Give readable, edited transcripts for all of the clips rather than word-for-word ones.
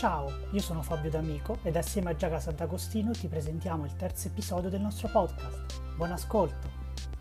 Ciao, io sono Fabio D'Amico ed assieme a Giacomo Sant'Agostino ti presentiamo il terzo episodio del nostro podcast. Buon ascolto!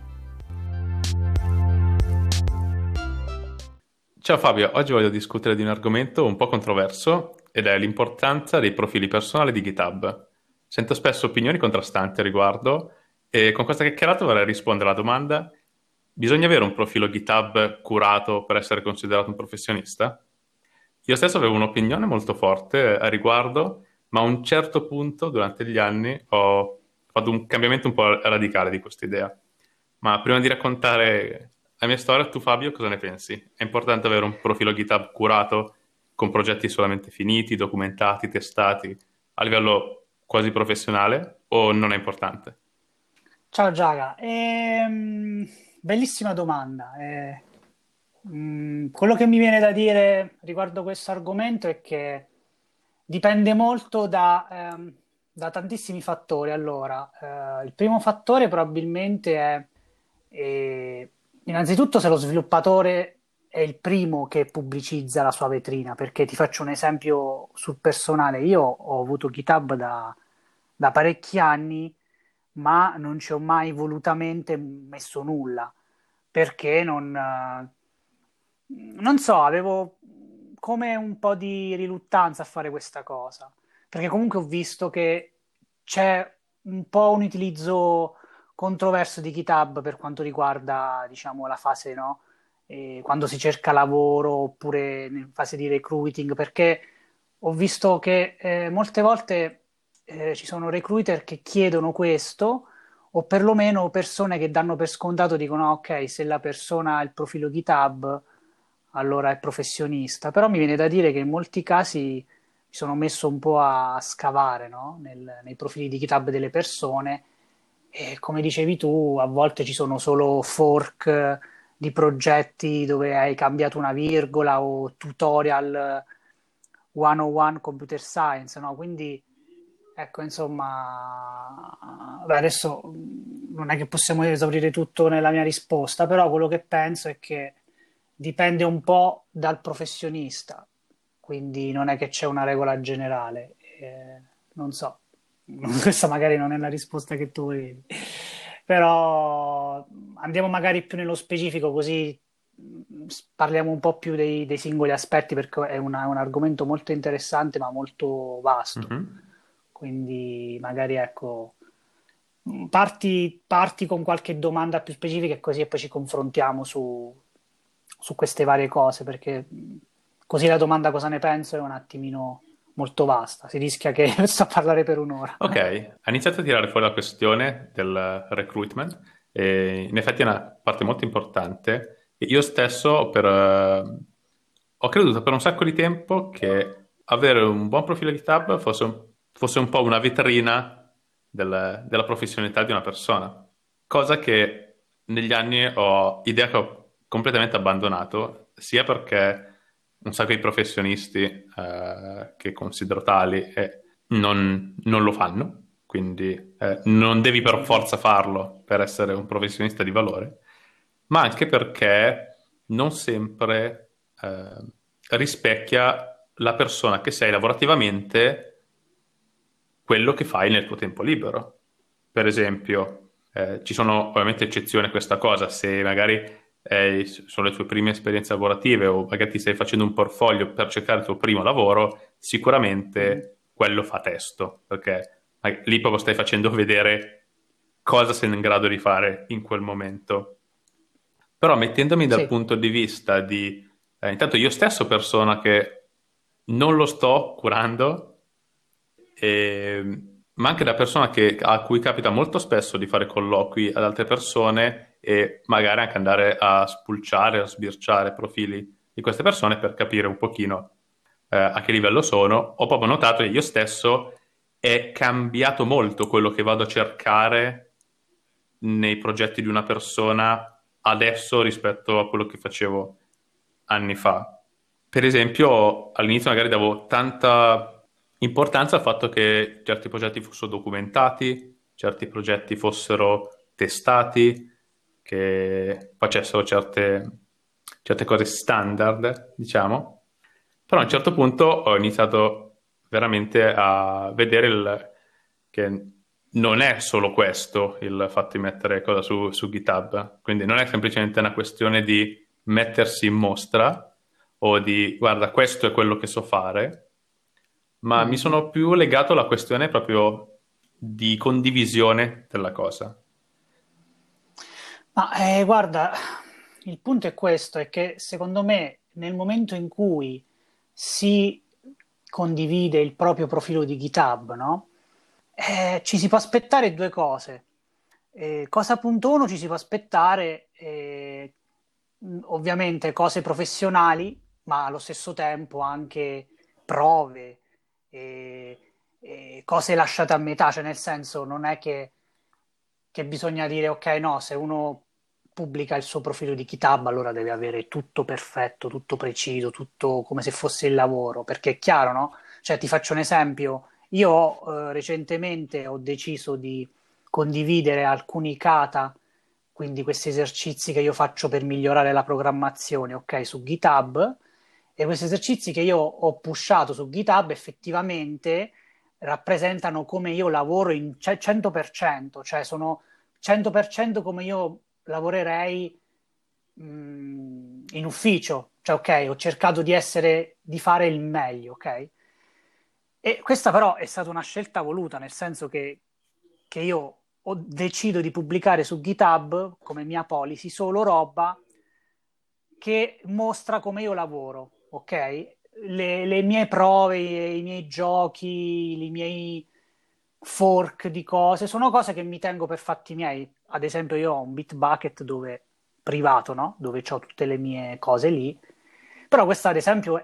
Ciao Fabio, oggi voglio discutere di un argomento un po' controverso ed è l'importanza dei profili personali di GitHub. Sento spesso opinioni contrastanti a riguardo e con questa chiacchierata vorrei rispondere alla domanda: bisogna avere un profilo GitHub curato per essere considerato un professionista? Io stesso avevo un'opinione molto forte a riguardo, ma a un certo punto durante gli anni ho fatto un cambiamento un po' radicale di questa idea. Ma prima di raccontare la mia storia, tu Fabio, cosa ne pensi? È importante avere un profilo GitHub curato, con progetti solamente finiti, documentati, testati, a livello quasi professionale, o non è importante? Ciao Giaga, bellissima domanda. Quello che mi viene da dire riguardo questo argomento è che dipende molto da tantissimi fattori. Allora, il primo fattore probabilmente è, innanzitutto, se lo sviluppatore è il primo che pubblicizza la sua vetrina, perché ti faccio un esempio sul personale. Io ho avuto GitHub da parecchi anni, ma non ci ho mai volutamente messo nulla perché non so, avevo come un po' di riluttanza a fare questa cosa, perché comunque ho visto che c'è un po' un utilizzo controverso di GitHub per quanto riguarda, diciamo, la fase, no? Quando si cerca lavoro oppure in fase di recruiting, perché ho visto che molte volte ci sono recruiter che chiedono questo o perlomeno persone che danno per scontato, dicono: "Ah, ok, se la persona ha il profilo GitHub, allora è professionista." Però mi viene da dire che in molti casi mi sono messo un po' a scavare, no? Nei profili di GitHub delle persone e come dicevi tu, a volte ci sono solo fork di progetti dove hai cambiato una virgola o tutorial 101 computer science, no? Quindi ecco, insomma, beh, adesso non è che possiamo esaurire tutto nella mia risposta, però quello che penso è che dipende un po' dal professionista, quindi non è che c'è una regola generale. Non so, questa magari non è la risposta che tu volevi, però andiamo magari più nello specifico così parliamo un po' più dei singoli aspetti perché è un argomento molto interessante ma molto vasto. Mhm. Quindi magari ecco, parti con qualche domanda più specifica e così e poi ci confrontiamo su queste varie cose, perché così la domanda cosa ne penso è un attimino molto vasta, si rischia che sto a parlare per un'ora. Ok, ha iniziato a tirare fuori la questione del recruitment e in effetti è una parte molto importante. E io stesso ho creduto per un sacco di tempo che avere un buon profilo GitHub fosse un po' una vetrina della professionalità di una persona, cosa che negli anni idea che ho completamente abbandonato, sia perché un sacco di professionisti che considero tali non lo fanno, quindi non devi per forza farlo per essere un professionista di valore, ma anche perché non sempre rispecchia la persona che sei lavorativamente quello che fai nel tuo tempo libero. Per esempio, ci sono ovviamente eccezioni a questa cosa, se magari sono le tue prime esperienze lavorative o magari ti stai facendo un portfolio per cercare il tuo primo lavoro, Mhm. sicuramente quello fa testo, perché lì proprio stai facendo vedere cosa sei in grado di fare in quel momento. Però mettendomi dal Sì, punto di vista di, intanto io stesso persona che non lo sto curando, ma anche da persona a cui capita molto spesso di fare colloqui ad altre persone e magari anche andare a spulciare, a sbirciare profili di queste persone per capire un pochino a che livello sono, ho proprio notato che io stesso è cambiato molto quello che vado a cercare nei progetti di una persona adesso rispetto a quello che facevo anni fa. Per esempio, all'inizio magari davo tanta importanza al fatto che certi progetti fossero documentati, certi progetti fossero testati, che facessero certe cose standard, diciamo. Però a un certo punto ho iniziato veramente a vedere che non è solo questo il fatto di mettere cosa su GitHub, quindi non è semplicemente una questione di mettersi in mostra o di guarda, questo è quello che so fare, ma mi Mhm. sono più legato alla questione proprio di condivisione della cosa. Ma guarda, il punto è questo, è che secondo me nel momento in cui si condivide il proprio profilo di GitHub, no? Ci si può aspettare due cose. Cosa punto uno ci si può aspettare, ovviamente cose professionali, ma allo stesso tempo anche prove, cose lasciate a metà, cioè nel senso non è che bisogna dire ok, no, se uno pubblica il suo profilo di GitHub, allora deve avere tutto perfetto, tutto preciso, tutto come se fosse il lavoro, perché è chiaro, no? Cioè, ti faccio un esempio. Io recentemente ho deciso di condividere alcuni kata, quindi questi esercizi che io faccio per migliorare la programmazione, ok, su GitHub, e questi esercizi che io ho pushato su GitHub effettivamente rappresentano come io lavoro in 100%, cioè sono 100% come io lavorerei in ufficio, cioè ok, ho cercato di fare il meglio, ok? E questa però è stata una scelta voluta, nel senso che io decido di pubblicare su GitHub come mia policy solo roba che mostra come io lavoro, ok? Le mie prove, i miei giochi, i miei fork di cose, sono cose che mi tengo per fatti miei. Ad esempio, io ho un Bitbucket dove, privato, no? Dove ho tutte le mie cose lì. Però questa, ad esempio,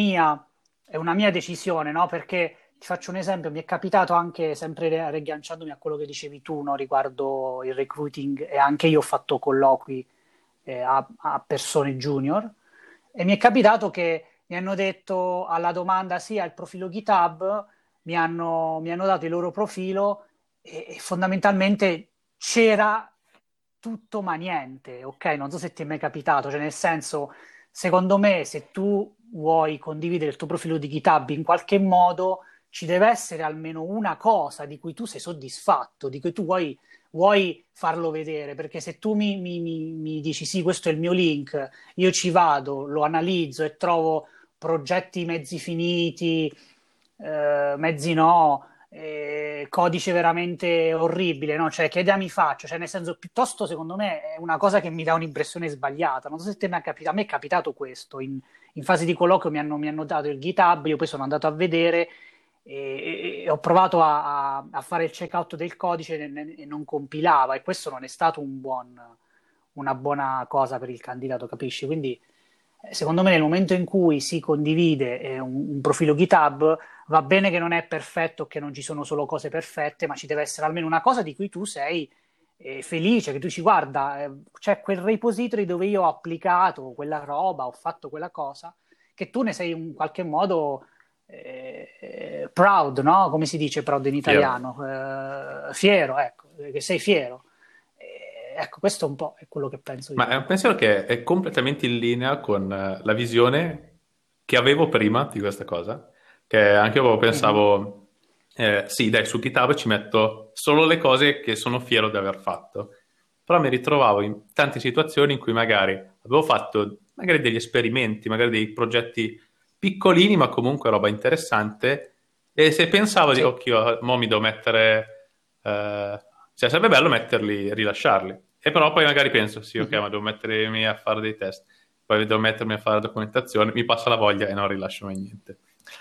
è una mia decisione, no? Perché ti faccio un esempio, mi è capitato anche, sempre riagganciandomi a quello che dicevi tu, no? Riguardo il recruiting, e anche io ho fatto colloqui a persone junior, e mi è capitato che mi hanno detto alla domanda sì, al profilo GitHub, mi hanno dato il loro profilo e fondamentalmente c'era tutto ma niente, ok? Non so se ti è mai capitato, cioè nel senso, secondo me, se tu vuoi condividere il tuo profilo di GitHub in qualche modo, ci deve essere almeno una cosa di cui tu sei soddisfatto, di cui tu vuoi farlo vedere, perché se tu mi dici sì, questo è il mio link, io ci vado, lo analizzo e trovo progetti mezzi finiti, mezzi no, codice veramente orribile, no? Cioè, che idea mi faccio? Cioè, nel senso, piuttosto, secondo me, è una cosa che mi dà un'impressione sbagliata. Non so se te mi è capitato, a me è capitato questo. In fase di colloquio mi hanno dato il GitHub, io poi sono andato a vedere e ho provato a fare il checkout del codice e non compilava, e questo non è stato una buona cosa per il candidato, capisci? Quindi secondo me nel momento in cui si condivide un profilo GitHub, va bene che non è perfetto, che non ci sono solo cose perfette, ma ci deve essere almeno una cosa di cui tu sei felice, che tu ci guarda, c'è quel repository dove io ho applicato quella roba, ho fatto quella cosa, che tu ne sei in qualche modo proud, no? Come si dice proud in Piero. italiano? Fiero, ecco, che sei fiero. Ecco, questo un po' è quello che penso Ma è io. un pensiero che è completamente in linea con la visione che avevo prima di questa cosa, che anche io Mhm. pensavo, sì, dai, su GitHub ci metto solo le cose che sono fiero di aver fatto, però mi ritrovavo in tante situazioni in cui magari avevo fatto magari degli esperimenti, magari dei progetti piccolini, ma comunque roba interessante, e se pensavo di, Sì. occhio, mo mi devo mettere, cioè sarebbe bello metterli, rilasciarli. E però poi magari penso, sì, ok, Mhm. ma devo mettermi a fare dei test, poi devo mettermi a fare la documentazione, mi passa la voglia e non rilascio mai niente.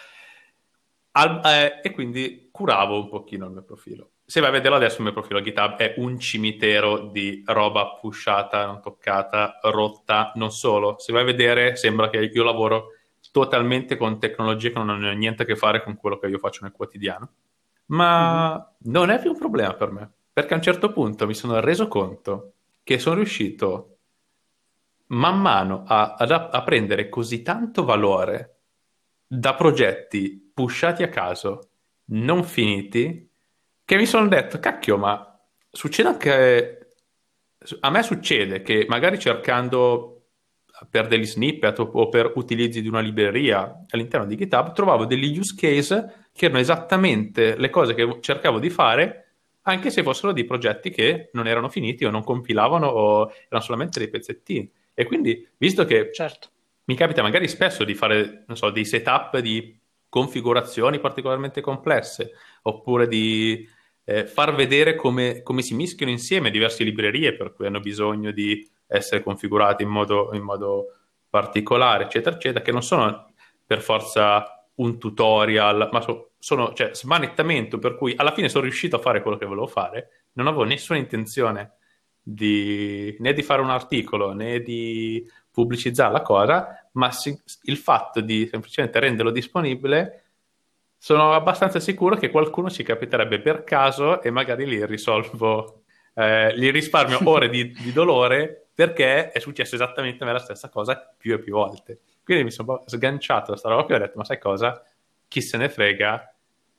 E quindi curavo un pochino il mio profilo. Se vai a vederlo adesso, il mio profilo GitHub è un cimitero di roba pushata, non toccata, rotta, non solo. Se vai a vedere, sembra che io lavoro totalmente con tecnologie che non hanno niente a che fare con quello che io faccio nel quotidiano. Mhm. Ma non è più un problema per me, perché a un certo punto mi sono reso conto che sono riuscito man mano a prendere così tanto valore da progetti pushati a caso, non finiti, che mi sono detto, cacchio, ma succede anche... A me succede che magari cercando per degli snippet o per utilizzi di una libreria all'interno di GitHub, trovavo degli use case che erano esattamente le cose che cercavo di fare, anche se fossero di progetti che non erano finiti o non compilavano o erano solamente dei pezzettini. E quindi, visto che Certo. mi capita magari spesso di fare, non so, dei setup di configurazioni particolarmente complesse, oppure di far vedere come si mischiano insieme diverse librerie per cui hanno bisogno di essere configurati in modo particolare, eccetera, eccetera, che non sono per forza un tutorial, ma sono cioè, smanettamento, per cui alla fine sono riuscito a fare quello che volevo fare, non avevo nessuna intenzione né di fare un articolo né di pubblicizzare la cosa, ma il fatto di semplicemente renderlo disponibile, sono abbastanza sicuro che qualcuno ci capiterebbe per caso e magari li risolvo, gli risparmio ore di dolore perché è successo esattamente a me la stessa cosa più e più volte. Quindi mi sono un po' sganciato da sta roba qui e ho detto, ma sai cosa? Chi se ne frega,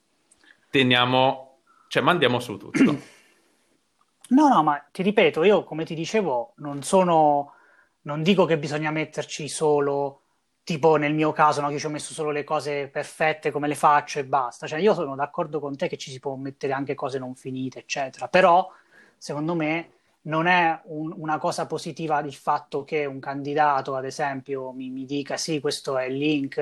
cioè mandiamo su tutto. No, no, ma ti ripeto, io come ti dicevo, non dico che bisogna metterci solo, tipo nel mio caso, no, che io ci ho messo solo le cose perfette come le faccio e basta. Cioè, io sono d'accordo con te che ci si può mettere anche cose non finite, eccetera. Però, secondo me, non è una cosa positiva il fatto che un candidato, ad esempio, mi dica sì, questo è il link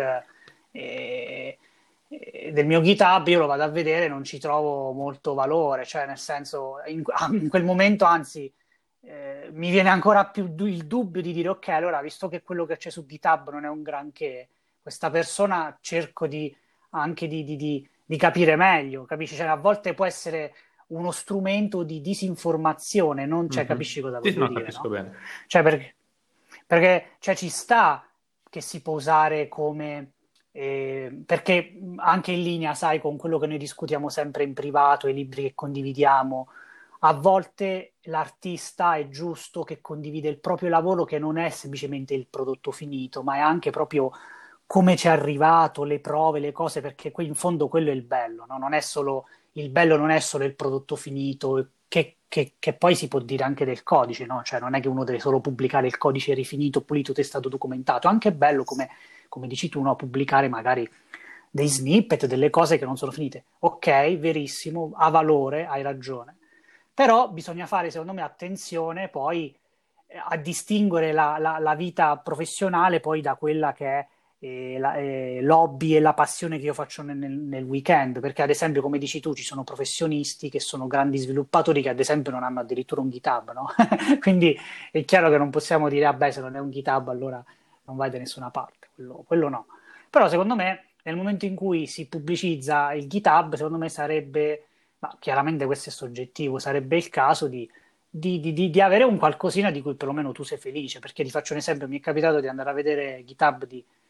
del mio GitHub, io lo vado a vedere, non ci trovo molto valore, cioè nel senso, in quel momento anzi mi viene ancora più il dubbio di dire ok, allora visto che quello che c'è su GitHub non è un granché, questa persona cerco anche di capire meglio, capisci? Cioè, a volte può essere uno strumento di disinformazione, non, cioè, Mhm. capisci cosa Sì, sì, voglio no, dire, capisco no? bene. Cioè, perché cioè, ci sta che si può usare come perché anche in linea, sai, con quello che noi discutiamo sempre in privato, i libri che condividiamo, a volte l'artista è giusto che condivide il proprio lavoro, che non è semplicemente il prodotto finito, ma è anche proprio come ci è arrivato, le prove, le cose, perché in fondo quello è il bello, no? Non è solo, il bello non è solo il prodotto finito, che poi si può dire anche del codice, no? Cioè non è che uno deve solo pubblicare il codice rifinito, pulito, testato, documentato, è anche bello come dici tu, no? Pubblicare magari dei snippet, delle cose che non sono finite. Ok, verissimo, ha valore, hai ragione, però bisogna fare, secondo me, attenzione poi a distinguere la vita professionale poi da quella che è l'hobby e la passione che io faccio nel weekend, perché ad esempio, come dici tu, ci sono professionisti che sono grandi sviluppatori che ad esempio non hanno addirittura un GitHub, no? Quindi è chiaro che non possiamo dire, vabbè, se non è un GitHub allora non vai da nessuna parte, quello no. Però secondo me nel momento in cui si pubblicizza il GitHub, secondo me sarebbe, ma chiaramente questo è soggettivo, sarebbe il caso di avere un qualcosina di cui perlomeno tu sei felice, perché ti faccio un esempio, mi è capitato di andare a vedere GitHub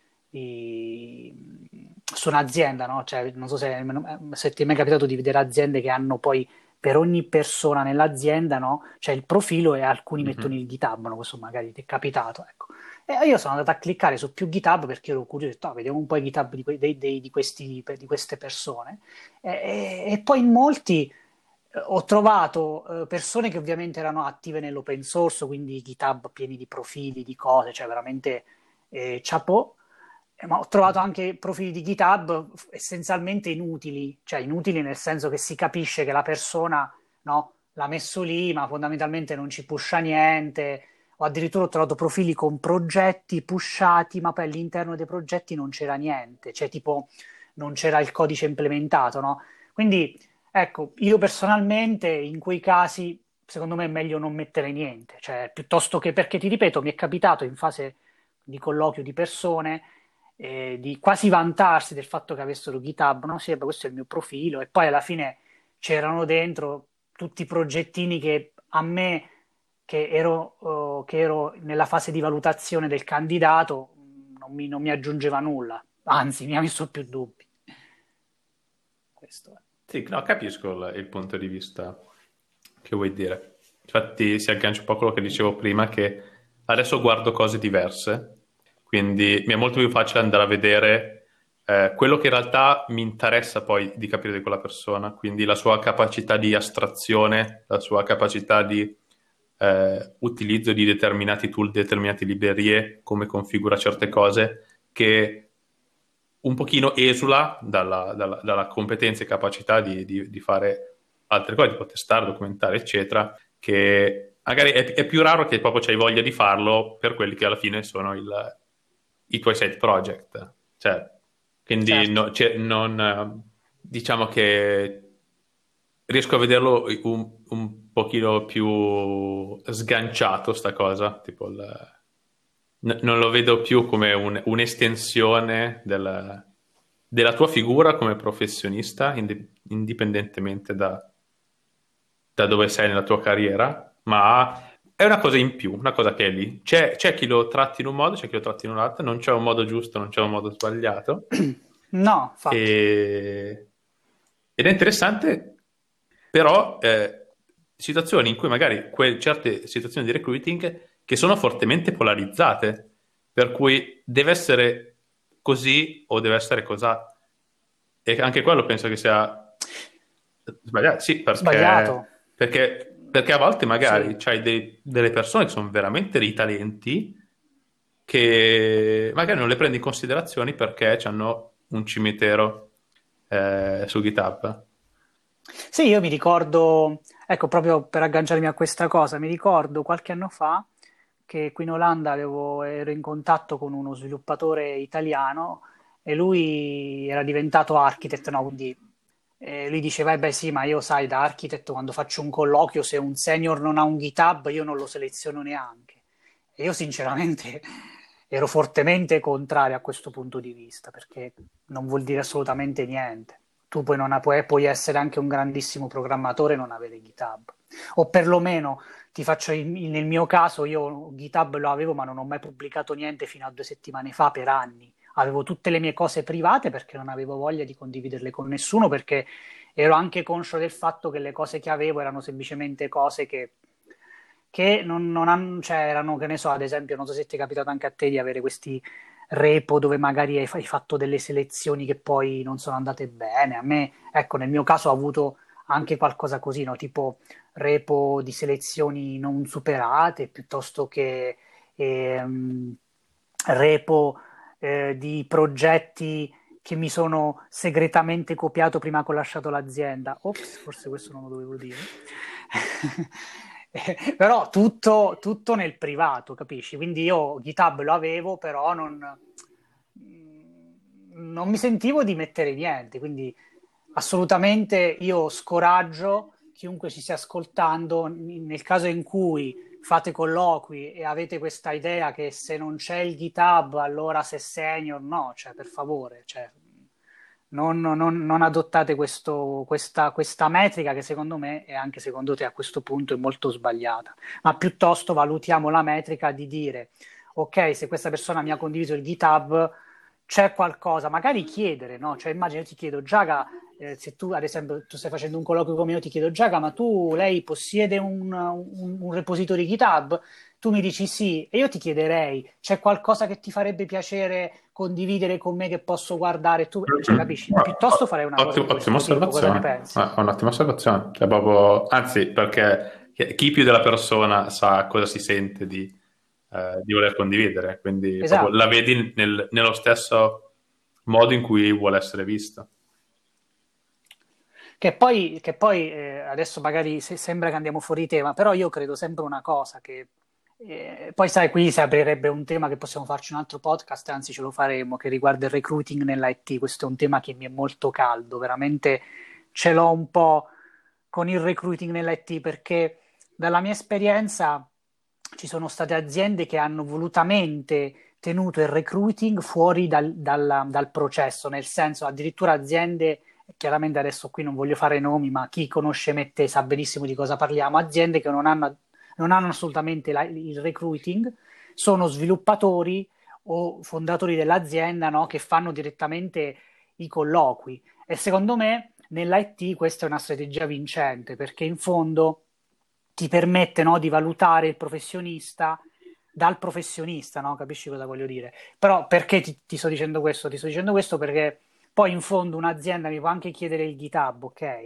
su un'azienda, no? Cioè, non so se ti è mai capitato di vedere aziende che hanno poi per ogni persona nell'azienda, no? C'è il profilo e alcuni mettono Mhm. il GitHub, no? Questo magari ti è capitato, ecco. E io sono andato a cliccare su più GitHub perché ero curioso, ho detto, "Ah, vediamo un po' i GitHub di queste persone." E poi in molti ho trovato persone che ovviamente erano attive nell'open source, quindi GitHub pieni di profili, di cose, cioè veramente chapeau. Ma ho trovato anche profili di GitHub essenzialmente inutili, cioè inutili nel senso che si capisce che la persona, no, l'ha messo lì, ma fondamentalmente non ci pusha niente. O addirittura ho trovato profili con progetti pushati, ma poi all'interno dei progetti non c'era niente, cioè tipo non c'era il codice implementato, no? Quindi, ecco, io personalmente in quei casi, secondo me è meglio non mettere niente, cioè piuttosto che, perché ti ripeto, mi è capitato in fase di colloquio di persone di quasi vantarsi del fatto che avessero GitHub, no? Sì, beh, questo è il mio profilo, e poi alla fine c'erano dentro tutti i progettini che a me, che ero nella fase di valutazione del candidato, non mi aggiungeva nulla, anzi mi ha messo più dubbi. Questo è. Sì, no, capisco il punto di vista che vuoi dire. Infatti si aggancia un po' a quello che dicevo prima, che adesso guardo cose diverse, quindi mi è molto più facile andare a vedere quello che in realtà mi interessa poi di capire di quella persona, quindi la sua capacità di astrazione, la sua capacità di utilizzo di determinati tool, determinate librerie, come configura certe cose, che un pochino esula dalla competenza e capacità di fare altre cose, di poter testare, documentare, eccetera, che magari è più raro che proprio c'hai voglia di farlo per quelli che alla fine sono i tuoi side project. Cioè, quindi Certo. diciamo che riesco a vederlo un pochino più sganciato sta cosa, tipo non lo vedo più come un'estensione della tua figura come professionista, indipendentemente da dove sei nella tua carriera, ma è una cosa in più, una cosa che è lì. C'è chi lo tratti in un modo, c'è chi lo tratti in un altro, non c'è un modo giusto, non c'è un modo sbagliato. No, infatti. E- Ed è interessante, però, situazioni in cui magari certe situazioni di recruiting che sono fortemente polarizzate, per cui deve essere così o deve essere cos'ha. E anche quello penso che sia sbagliato, sì, Sbagliato. perché a volte magari Sì. c'hai delle persone che sono veramente dei talenti che magari non le prendi in considerazione perché hanno un cimitero su GitHub. Sì, io mi ricordo, ecco, proprio per agganciarmi a questa cosa, mi ricordo qualche anno fa che qui in Olanda ero in contatto con uno sviluppatore italiano e lui era diventato architect, no? Quindi lui diceva, beh sì, ma io sai, da architect quando faccio un colloquio, se un senior non ha un GitHub, io non lo seleziono neanche. E io sinceramente ero fortemente contrario a questo punto di vista, perché non vuol dire assolutamente niente. Tu puoi essere anche un grandissimo programmatore e non avere GitHub. O perlomeno, nel mio caso, io GitHub lo avevo, ma non ho mai pubblicato niente fino a 2 settimane fa, per anni. Avevo tutte le mie cose private perché non avevo voglia di condividerle con nessuno, perché ero anche conscio del fatto che le cose che avevo erano semplicemente cose che non hanno, cioè erano, che ne so, ad esempio, non so se ti è capitato anche a te di avere questi repo dove magari hai fatto delle selezioni che poi non sono andate bene. A me, ecco, nel mio caso ho avuto anche qualcosa così, no? Tipo repo di selezioni non superate, piuttosto che ehm, repo di progetti che mi sono segretamente copiato prima che ho lasciato l'azienda. Ops, forse questo non lo dovevo dire. Però tutto nel privato, capisci? Quindi io GitHub lo avevo, però non mi sentivo di mettere niente, quindi assolutamente io scoraggio chiunque ci stia ascoltando, nel caso in cui fate colloqui e avete questa idea che se non c'è il GitHub allora sei senior, no, cioè per favore, cioè, non adottate questa metrica che secondo me e anche secondo te a questo punto è molto sbagliata, ma piuttosto valutiamo la metrica di dire, ok, se questa persona mi ha condiviso il GitHub, c'è qualcosa, magari chiedere, no? Cioè immagino io ti chiedo, Giaga, se tu ad esempio tu stai facendo un colloquio con me, io ti chiedo, Giaga, ma lei possiede un repository GitHub? Tu mi dici sì, e io ti chiederei, c'è qualcosa che ti farebbe piacere condividere con me che posso guardare? Tu, cioè, capisci? Piuttosto farei una cosa di Ottima questo tipo, cosa ne osservazione. pensi? Un'ottima osservazione. Cioè, proprio, anzi, perché chi più della persona sa cosa si sente di voler condividere, quindi proprio la Esatto. vedi nello stesso modo in cui vuole essere vista. Che poi adesso magari sembra che andiamo fuori tema, però io credo sempre una cosa, che poi sai, qui si aprirebbe un tema che possiamo farci un altro podcast, anzi ce lo faremo, che riguarda il recruiting nell'IT. Questo è un tema che mi è molto caldo, veramente ce l'ho un po' con il recruiting nell'IT, perché dalla mia esperienza ci sono state aziende che hanno volutamente tenuto il recruiting fuori dal processo, nel senso addirittura aziende, chiaramente adesso qui non voglio fare nomi, ma chi conosce me e te sa benissimo di cosa parliamo, aziende che non hanno assolutamente il recruiting, sono sviluppatori o fondatori dell'azienda, no, che fanno direttamente i colloqui. E secondo me nell'IT questa è una strategia vincente, perché in fondo ti permette, no, di valutare il professionista dal professionista, no? Capisci cosa voglio dire? Però perché ti sto dicendo questo? Ti sto dicendo questo perché poi in fondo un'azienda mi può anche chiedere il GitHub, ok?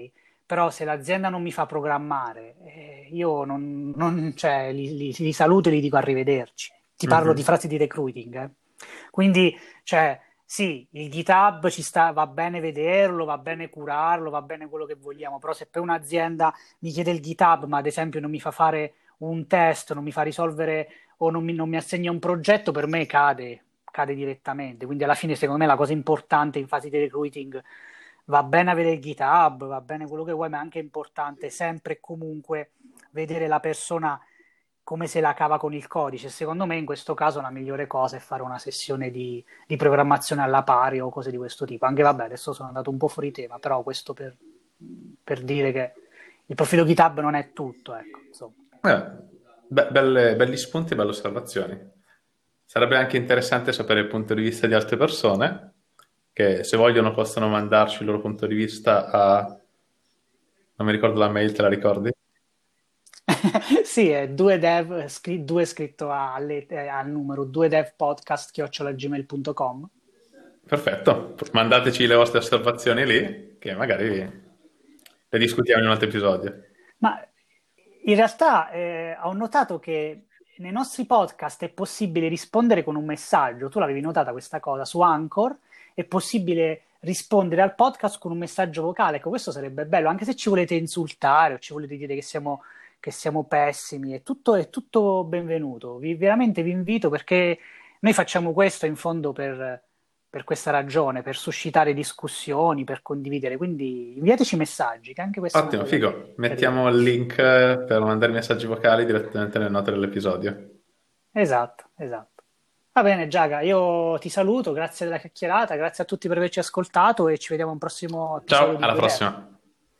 però se l'azienda non mi fa programmare, io cioè, li saluto e li dico arrivederci. Ti parlo di Mhm. frasi di recruiting, eh. Quindi, cioè, sì, il GitHub ci sta, va bene vederlo, va bene curarlo, va bene quello che vogliamo, però se per un'azienda mi chiede il GitHub, ma ad esempio non mi fa fare un test, non mi fa risolvere o non mi assegna un progetto, per me cade direttamente. Quindi alla fine, secondo me, la cosa importante in fase di recruiting va bene avere il GitHub, va bene quello che vuoi, ma è anche importante sempre e comunque vedere la persona come se la cava con il codice. Secondo me in questo caso la migliore cosa è fare una sessione di programmazione alla pari o cose di questo tipo. Anche vabbè, adesso sono andato un po' fuori tema, però questo per dire che il profilo GitHub non è tutto, ecco, insomma. Eh, belli spunti e belle osservazioni. Sarebbe anche interessante sapere il punto di vista di altre persone, che se vogliono possono mandarci il loro punto di vista a... Non mi ricordo la mail, te la ricordi? Sì, è due dev, due scritto al numero 2devpodcast@gmail.com. Perfetto, mandateci le vostre osservazioni lì, che magari le discutiamo in un altro episodio. Ma in realtà ho notato che nei nostri podcast è possibile rispondere con un messaggio. Tu l'avevi notata questa cosa? Su Anchor è possibile rispondere al podcast con un messaggio vocale. Ecco, questo sarebbe bello, anche se ci volete insultare o ci volete dire che siamo pessimi, è tutto benvenuto. Veramente vi invito perché noi facciamo questo in fondo per questa ragione, per suscitare discussioni, per condividere. Quindi inviateci messaggi, che anche questa è una Ottimo, cosa figo. carina. Mettiamo il link per mandare messaggi vocali direttamente nelle note dell'episodio. Esatto, esatto. Va bene, Giaga, io ti saluto, grazie della chiacchierata, grazie a tutti per averci ascoltato e ci vediamo a un prossimo episodio Ciao, di alla 2Dev. prossima.